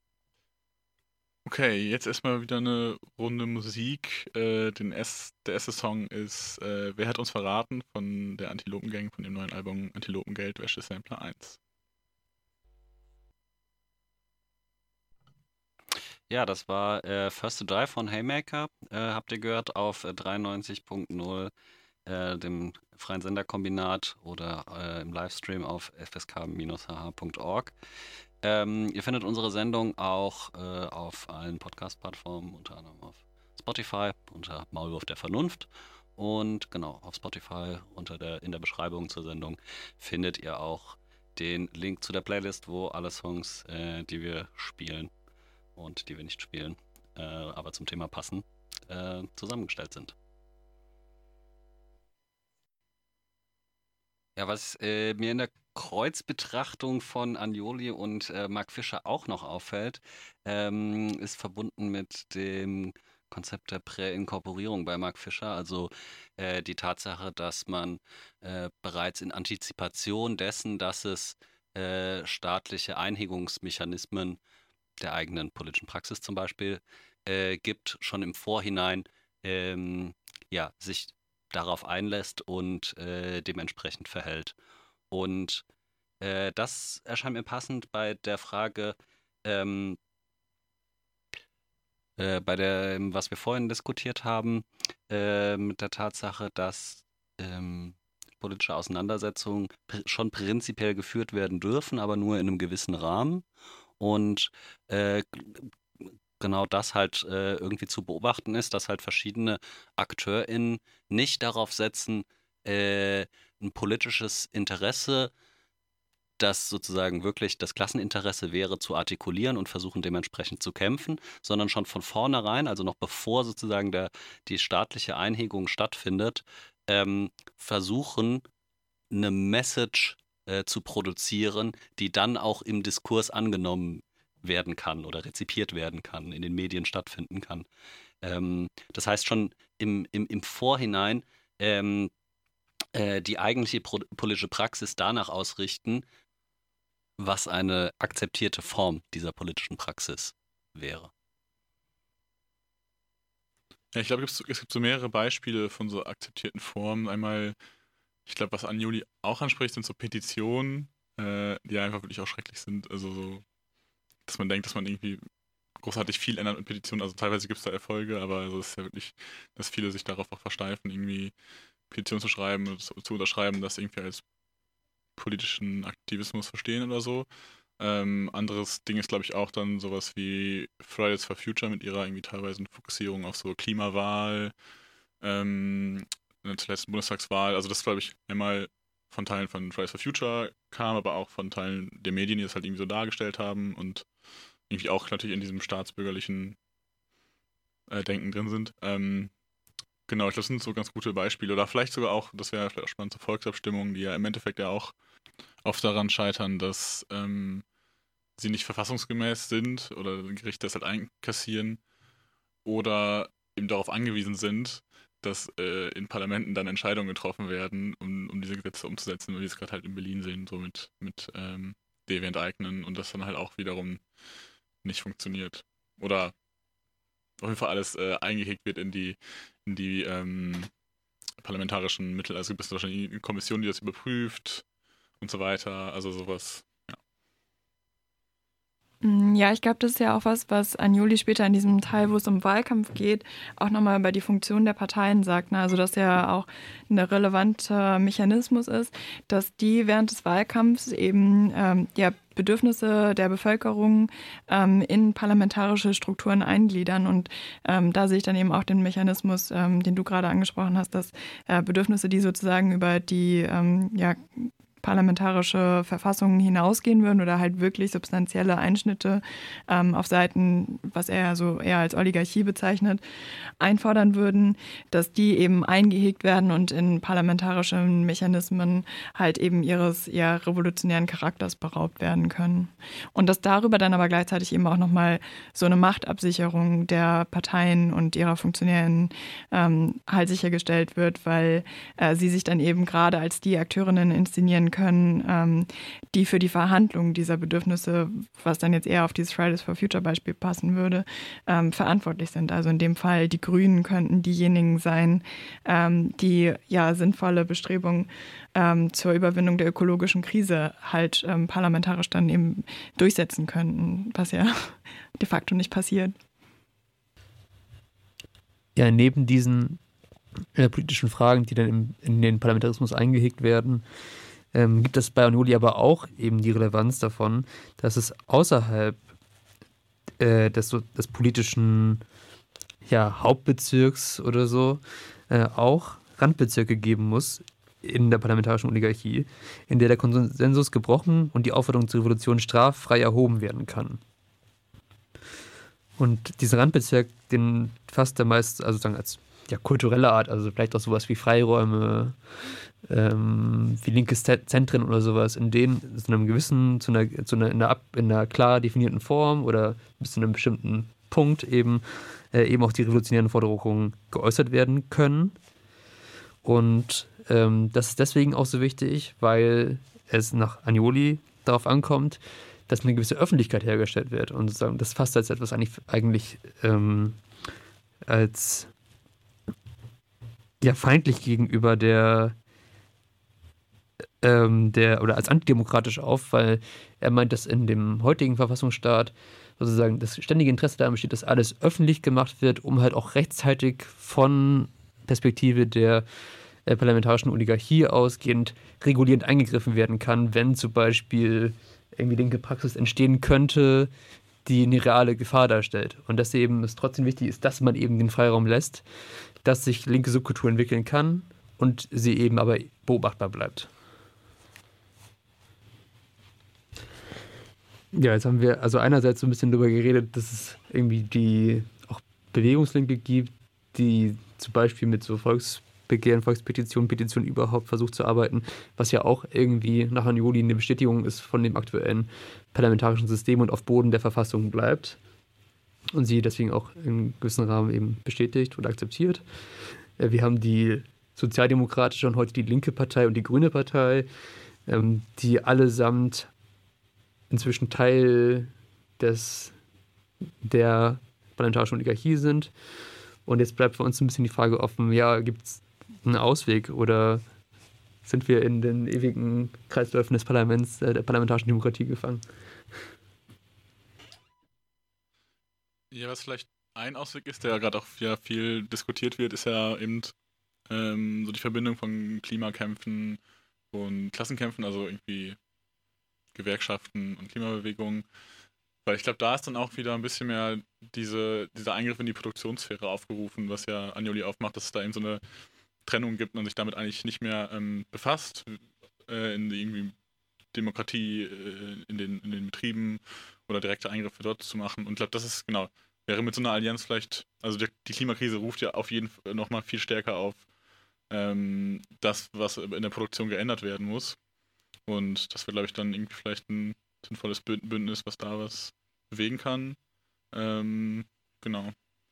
Okay, jetzt erstmal wieder eine Runde Musik. Äh, den S, der erste Song ist äh, Wer hat uns verraten von der Antilopen-Gang, von dem neuen Album Antilopengeld, Wäsche Sampler eins. Ja, das war äh, First to Die von Haymaker. Äh, habt ihr gehört auf äh, dreiundneunzig Punkt null, äh, dem freien Senderkombinat oder äh, im Livestream auf f s k dash h h punkt org. Ähm, ihr findet unsere Sendung auch äh, auf allen Podcast-Plattformen, unter anderem auf Spotify unter Maulwurf der Vernunft. Und genau, auf Spotify unter der, in der Beschreibung zur Sendung findet ihr auch den Link zu der Playlist, wo alle Songs, äh, die wir spielen und die wir nicht spielen, äh, aber zum Thema passen, äh, zusammengestellt sind. Ja, was äh, mir in der Kreuzbetrachtung von Agnoli und äh, Mark Fisher auch noch auffällt, ähm, ist verbunden mit dem Konzept der Präinkorporierung bei Mark Fisher, also äh, die Tatsache, dass man äh, bereits in Antizipation dessen, dass es äh, staatliche Einhegungsmechanismen der eigenen politischen Praxis zum Beispiel äh, gibt, schon im Vorhinein ähm, ja, sich darauf einlässt und äh, dementsprechend verhält. Und äh, das erscheint mir passend bei der Frage, ähm, äh, bei der, was wir vorhin diskutiert haben, äh, mit der Tatsache, dass ähm, politische Auseinandersetzungen pr schon prinzipiell geführt werden dürfen, aber nur in einem gewissen Rahmen. Und äh, genau das halt äh, irgendwie zu beobachten ist, dass halt verschiedene AkteurInnen nicht darauf setzen, äh, ein politisches Interesse dass sozusagen wirklich das Klasseninteresse wäre, zu artikulieren und versuchen dementsprechend zu kämpfen, sondern schon von vornherein, also noch bevor sozusagen der, die staatliche Einhegung stattfindet, ähm, versuchen, eine Message äh, zu produzieren, die dann auch im Diskurs angenommen werden kann oder rezipiert werden kann, in den Medien stattfinden kann. Ähm, das heißt schon im, im, im Vorhinein ähm, äh, die eigentliche pro- politische Praxis danach ausrichten, was eine akzeptierte Form dieser politischen Praxis wäre. Ja, ich glaube, es gibt, es gibt so mehrere Beispiele von so akzeptierten Formen. Einmal, ich glaube, was Anjuli auch anspricht, sind so Petitionen, äh, die einfach wirklich auch schrecklich sind. Also so, dass man denkt, dass man irgendwie großartig viel ändert mit Petitionen. Also teilweise gibt es da Erfolge, aber also es ist ja wirklich, dass viele sich darauf auch versteifen, irgendwie Petitionen zu schreiben und zu, zu unterschreiben, das irgendwie als politischen Aktivismus verstehen oder so. Ähm, anderes Ding ist, glaube ich, auch dann sowas wie Fridays for Future mit ihrer irgendwie teilweise Fokussierung auf so Klimawahl, ähm, zuletzt Bundestagswahl. Also das, glaube ich, einmal von Teilen von Fridays for Future kam, aber auch von Teilen der Medien, die das halt irgendwie so dargestellt haben und irgendwie auch natürlich in diesem staatsbürgerlichen äh, Denken drin sind. Ähm, genau, ich glaube, das sind so ganz gute Beispiele. Oder vielleicht sogar auch, das wäre vielleicht auch spannend, so Volksabstimmungen, die ja im Endeffekt ja auch oft daran scheitern, dass ähm, sie nicht verfassungsgemäß sind oder Gerichte das halt einkassieren oder eben darauf angewiesen sind, dass äh, in Parlamenten dann Entscheidungen getroffen werden, um, um diese Gesetze umzusetzen, wie wir es gerade halt in Berlin sehen, so mit, mit ähm, Devi-Enteignen und das dann halt auch wiederum nicht funktioniert. Oder auf jeden Fall alles äh, eingehegt wird in die, in die ähm, parlamentarischen Mittel. Also gibt es wahrscheinlich eine Kommission, die das überprüft und so weiter. Also sowas. Ja, ich glaube, das ist ja auch was, was Anjuli später in diesem Teil, wo es um Wahlkampf geht, auch nochmal über die Funktion der Parteien sagt. Ne? Also, dass ja auch ein relevanter Mechanismus ist, dass die während des Wahlkampfs eben ähm, ja, Bedürfnisse der Bevölkerung ähm, in parlamentarische Strukturen eingliedern. Und ähm, da sehe ich dann eben auch den Mechanismus, ähm, den du gerade angesprochen hast, dass äh, Bedürfnisse, die sozusagen über die ähm, ja, parlamentarische Verfassungen hinausgehen würden oder halt wirklich substanzielle Einschnitte ähm, auf Seiten, was er so eher als Oligarchie bezeichnet, einfordern würden, dass die eben eingehegt werden und in parlamentarischen Mechanismen halt eben ihres ja revolutionären Charakters beraubt werden können. Und dass darüber dann aber gleichzeitig eben auch nochmal so eine Machtabsicherung der Parteien und ihrer Funktionären ähm, halt sichergestellt wird, weil äh, sie sich dann eben gerade als die Akteurinnen inszenieren können, ähm, die für die Verhandlung dieser Bedürfnisse, was dann jetzt eher auf dieses Fridays for Future Beispiel passen würde, ähm, verantwortlich sind. Also in dem Fall die Grünen könnten diejenigen sein, ähm, die ja sinnvolle Bestrebungen ähm, zur Überwindung der ökologischen Krise halt ähm, parlamentarisch dann eben durchsetzen könnten, was ja de facto nicht passiert. Ja, neben diesen äh, politischen Fragen, die dann im, in den Parlamentarismus eingehegt werden, ähm, gibt es bei Anjuli aber auch eben die Relevanz davon, dass es außerhalb äh, des, des politischen ja, Hauptbezirks oder so äh, auch Randbezirke geben muss in der parlamentarischen Oligarchie, in der der Konsensus gebrochen und die Aufforderung zur Revolution straffrei erhoben werden kann. Und diesen Randbezirk, den fasst er meist also sozusagen als ja, kulturelle Art, also vielleicht auch sowas wie Freiräume, ähm, wie linke Zentren oder sowas, in denen zu einem gewissen, zu einer, zu einer, in, einer ab, in einer klar definierten Form oder bis zu einem bestimmten Punkt eben, äh, eben auch die revolutionären Forderungen geäußert werden können. Und ähm, das ist deswegen auch so wichtig, weil es nach Anjuli darauf ankommt, dass eine gewisse Öffentlichkeit hergestellt wird. Und sozusagen das fast als etwas eigentlich, eigentlich ähm, als ja, feindlich gegenüber der, ähm, der oder als antidemokratisch auf, weil er meint, dass in dem heutigen Verfassungsstaat sozusagen das ständige Interesse daran besteht, dass alles öffentlich gemacht wird, um halt auch rechtzeitig von Perspektive der äh, parlamentarischen Oligarchie ausgehend regulierend eingegriffen werden kann, wenn zum Beispiel irgendwie linke Praxis entstehen könnte, die eine reale Gefahr darstellt. Und dass eben es trotzdem wichtig ist, dass man eben den Freiraum lässt, dass sich linke Subkultur entwickeln kann und sie eben aber beobachtbar bleibt. Ja, jetzt haben wir also einerseits so ein bisschen darüber geredet, dass es irgendwie die auch Bewegungslinke gibt, die zum Beispiel mit so Volksbegehren, Volkspetitionen, Petitionen überhaupt versucht zu arbeiten, was ja auch irgendwie nach Agnoli eine Bestätigung ist von dem aktuellen parlamentarischen System und auf Boden der Verfassung bleibt und sie deswegen auch in gewissem Rahmen eben bestätigt oder akzeptiert. Wir haben die Sozialdemokratische und heute die Linke Partei und die Grüne Partei, die allesamt inzwischen Teil des, der parlamentarischen Oligarchie sind. Und jetzt bleibt für uns ein bisschen die Frage offen, ja, gibt es einen Ausweg oder sind wir in den ewigen Kreisläufen des Parlaments, äh, der parlamentarischen Demokratie gefangen? Ja, was vielleicht ein Ausweg ist, der gerade auch ja viel diskutiert wird, ist ja eben ähm, so die Verbindung von Klimakämpfen und Klassenkämpfen, also irgendwie Gewerkschaften und Klimabewegungen. Weil ich glaube, da ist dann auch wieder ein bisschen mehr diese, dieser Eingriff in die Produktionssphäre aufgerufen, was ja Agnoli aufmacht, dass es da eben so eine Trennung gibt und sich damit eigentlich nicht mehr ähm, befasst, äh, in die irgendwie Demokratie äh, in, den, in den Betrieben oder direkte Eingriffe dort zu machen. Und ich glaube, das ist genau, wäre mit so einer Allianz vielleicht, also der, die Klimakrise ruft ja auf jeden Fall nochmal viel stärker auf ähm, das, was in der Produktion geändert werden muss. Und das wäre, glaube ich, dann irgendwie vielleicht ein sinnvolles Bündnis, was da was bewegen kann. Ähm, genau.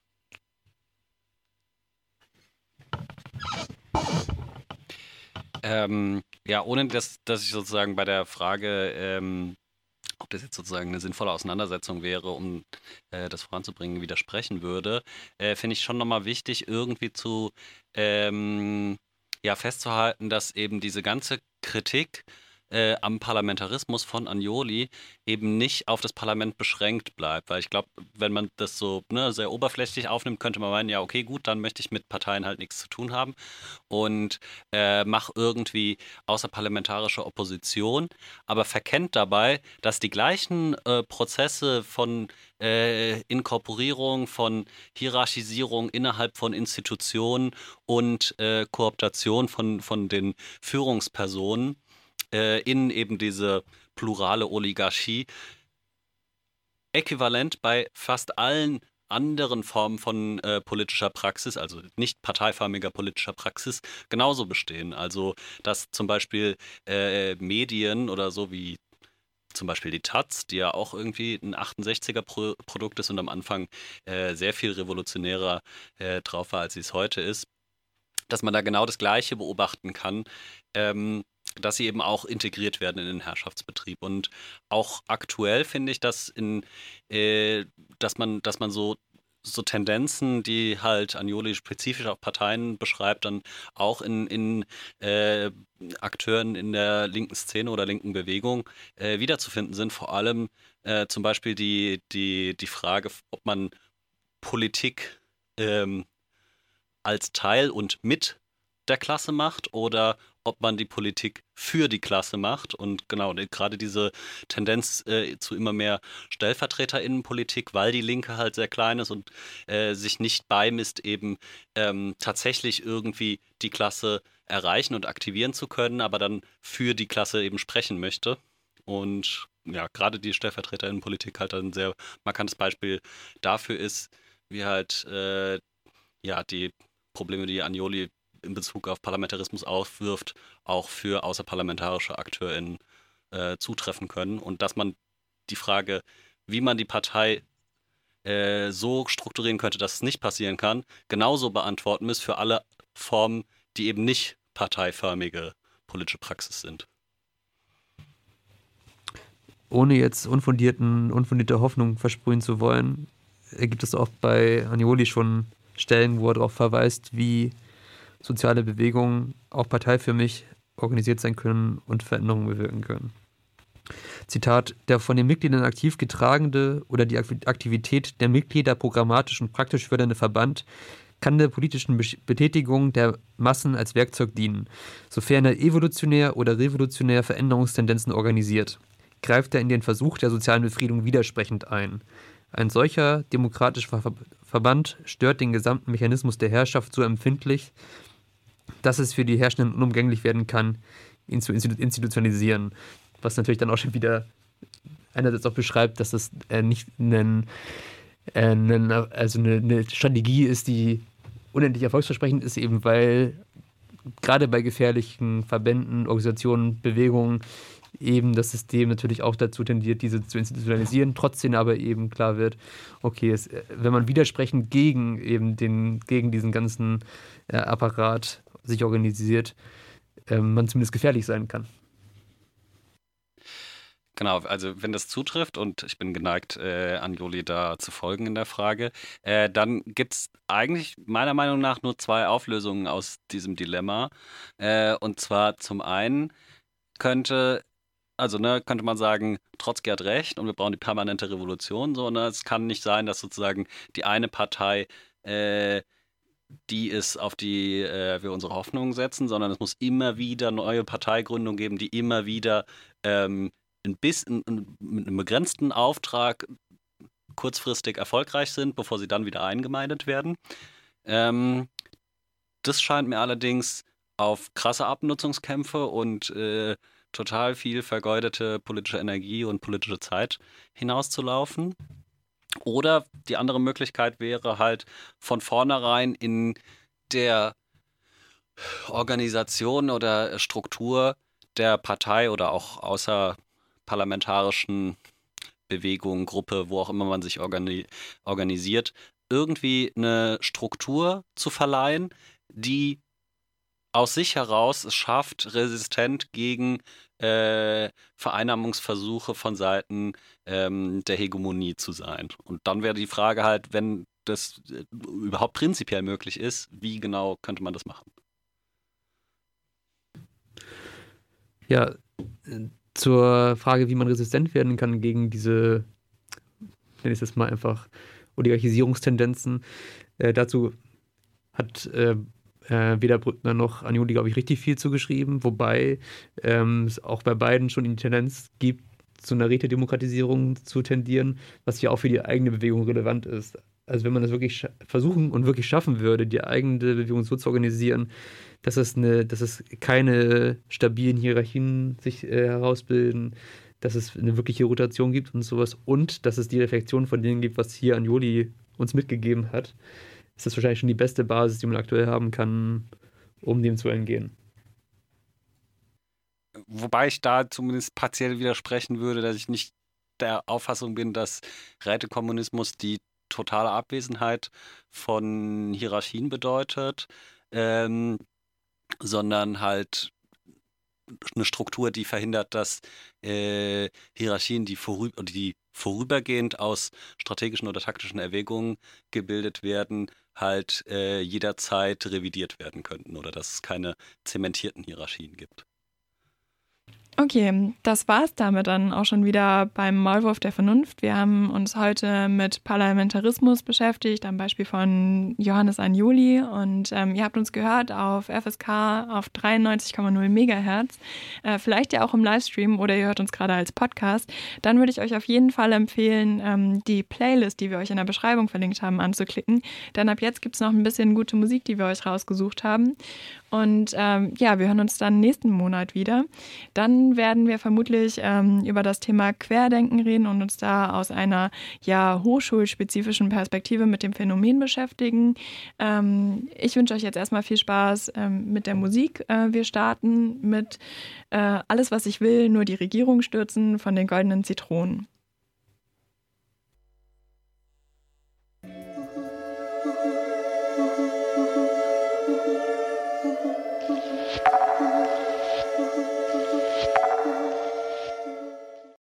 Ähm, ja, ohne dass, dass ich sozusagen bei der Frage, ähm, ob das jetzt sozusagen eine sinnvolle Auseinandersetzung wäre, um äh, das voranzubringen, widersprechen würde, äh, finde ich schon nochmal wichtig, irgendwie zu ähm, ja, festzuhalten, dass eben diese ganze Kritik äh, am Parlamentarismus von Agnoli eben nicht auf das Parlament beschränkt bleibt. Weil ich glaube, wenn man das so ne, sehr oberflächlich aufnimmt, könnte man meinen, ja, okay, gut, dann möchte ich mit Parteien halt nichts zu tun haben und äh, mach irgendwie außerparlamentarische Opposition, aber verkennt dabei, dass die gleichen äh, Prozesse von äh, Inkorporierung, von Hierarchisierung innerhalb von Institutionen und äh, Kooptation von, von den Führungspersonen äh, in eben diese plurale Oligarchie äquivalent bei fast allen anderen Formen von äh, politischer Praxis, also nicht parteiförmiger politischer Praxis, genauso bestehen. Also dass zum Beispiel äh, Medien oder so wie zum Beispiel die Taz, die ja auch irgendwie ein achtundsechziger-Produkt ist und am Anfang äh, sehr viel revolutionärer äh, drauf war, als sie es heute ist, dass man da genau das Gleiche beobachten kann, ähm, dass sie eben auch integriert werden in den Herrschaftsbetrieb. Und auch aktuell finde ich, dass, in, äh, dass, man, dass man so, so Tendenzen, die halt Agnoli spezifisch auf Parteien beschreibt, dann auch in, in äh, Akteuren in der linken Szene oder linken Bewegung äh, wiederzufinden sind. Vor allem äh, zum Beispiel die, die, die Frage, ob man Politik ähm, als Teil und mit der Klasse macht oder ob man die Politik für die Klasse macht. Und genau, gerade diese Tendenz äh, zu immer mehr StellvertreterInnenpolitik, weil die Linke halt sehr klein ist und äh, sich nicht beimisst, eben ähm, tatsächlich irgendwie die Klasse erreichen und aktivieren zu können, aber dann für die Klasse eben sprechen möchte. Und ja, gerade die StellvertreterInnenpolitik halt ein sehr markantes Beispiel dafür ist, wie halt äh, ja, die Probleme, die Agnoli in Bezug auf Parlamentarismus aufwirft, auch für außerparlamentarische AkteurInnen äh, zutreffen können. Und dass man die Frage, wie man die Partei äh, so strukturieren könnte, dass es nicht passieren kann, genauso beantworten muss für alle Formen, die eben nicht parteiförmige politische Praxis sind. Ohne jetzt unfundierten, unfundierte Hoffnung versprühen zu wollen, gibt es auch bei Agnoli schon Stellen, wo er darauf verweist, wie soziale Bewegungen auch parteiförmig organisiert sein können und Veränderungen bewirken können. Zitat: Der von den Mitgliedern aktiv getragene oder die Aktivität der Mitglieder programmatisch und praktisch fördernde Verband kann der politischen Betätigung der Massen als Werkzeug dienen, sofern er evolutionär oder revolutionär Veränderungstendenzen organisiert. Greift er in den Versuch der sozialen Befriedung widersprechend ein. Ein solcher demokratischer Ver- Verband stört den gesamten Mechanismus der Herrschaft so empfindlich, dass es für die Herrschenden unumgänglich werden kann, ihn zu institutionalisieren. Was natürlich dann auch schon wieder einerseits auch beschreibt, dass das äh, nicht ein, äh, ein, also eine, eine Strategie ist, die unendlich erfolgsversprechend ist, eben weil gerade bei gefährlichen Verbänden, Organisationen, Bewegungen eben das System natürlich auch dazu tendiert, diese zu institutionalisieren, trotzdem aber eben klar wird, okay, es, wenn man widersprechend gegen eben den, gegen diesen ganzen äh, Apparat sich organisiert, äh, man zumindest gefährlich sein kann. Genau, also wenn das zutrifft und ich bin geneigt, äh, Anjoli da zu folgen in der Frage, äh, dann gibt es eigentlich meiner Meinung nach nur zwei Auflösungen aus diesem Dilemma. Äh, und zwar zum einen könnte, also ne, könnte man sagen, Trotzki hat recht und wir brauchen die permanente Revolution, so, ne? Es kann nicht sein, dass sozusagen die eine Partei äh, die ist, auf die äh, wir unsere Hoffnungen setzen, sondern es muss immer wieder neue Parteigründungen geben, die immer wieder ähm, ein bisschen mit einem begrenzten Auftrag kurzfristig erfolgreich sind, bevor sie dann wieder eingemeindet werden. Ähm, das scheint mir allerdings auf krasse Abnutzungskämpfe und äh, total viel vergeudete politische Energie und politische Zeit hinauszulaufen. Oder die andere Möglichkeit wäre halt von vornherein in der Organisation oder Struktur der Partei oder auch außerparlamentarischen Bewegung, Gruppe, wo auch immer man sich organi- organisiert, irgendwie eine Struktur zu verleihen, die aus sich heraus es schafft, resistent gegen äh, Vereinnahmungsversuche von Seiten ähm, der Hegemonie zu sein. Und dann wäre die Frage halt, wenn das äh, überhaupt prinzipiell möglich ist, wie genau könnte man das machen? Ja, zur Frage, wie man resistent werden kann gegen diese, nenne ich es mal einfach, Oligarchisierungstendenzen. Äh, dazu hat äh, äh, weder Brückner noch Anjoli, glaube ich, richtig viel zugeschrieben, wobei ähm, es auch bei beiden schon die Tendenz gibt, zu einer Rätedemokratisierung zu tendieren, was ja auch für die eigene Bewegung relevant ist. Also wenn man das wirklich versuchen und wirklich schaffen würde, die eigene Bewegung so zu organisieren, dass es, eine, dass es keine stabilen Hierarchien sich äh, herausbilden, dass es eine wirkliche Rotation gibt und sowas und dass es die Reflexion von denen gibt, was hier Anjoli uns mitgegeben hat, ist das wahrscheinlich schon die beste Basis, die man aktuell haben kann, um dem zu entgehen. Wobei ich da zumindest partiell widersprechen würde, dass ich nicht der Auffassung bin, dass Rätekommunismus die totale Abwesenheit von Hierarchien bedeutet, ähm, sondern halt eine Struktur, die verhindert, dass äh, Hierarchien, die, vorüber, die vorübergehend aus strategischen oder taktischen Erwägungen gebildet werden, halt äh, jederzeit revidiert werden könnten oder dass es keine zementierten Hierarchien gibt. Okay, das war es damit dann auch schon wieder beim Maulwurf der Vernunft. Wir haben uns heute mit Parlamentarismus beschäftigt, am Beispiel von Johannes Anjoli. Und ähm, ihr habt uns gehört auf F S K auf dreiundneunzig Komma null Megahertz. Äh, vielleicht ja auch im Livestream oder ihr hört uns gerade als Podcast. Dann würde ich euch auf jeden Fall empfehlen, ähm, die Playlist, die wir euch in der Beschreibung verlinkt haben, anzuklicken. Denn ab jetzt gibt es noch ein bisschen gute Musik, die wir euch rausgesucht haben. Und ähm, ja, wir hören uns dann nächsten Monat wieder. Dann werden wir vermutlich ähm, über das Thema Querdenken reden und uns da aus einer ja hochschulspezifischen Perspektive mit dem Phänomen beschäftigen. Ähm, ich wünsche euch jetzt erstmal viel Spaß ähm, mit der Musik. Äh, wir starten mit äh, Alles, was ich will, nur die Regierung stürzen von den Goldenen Zitronen.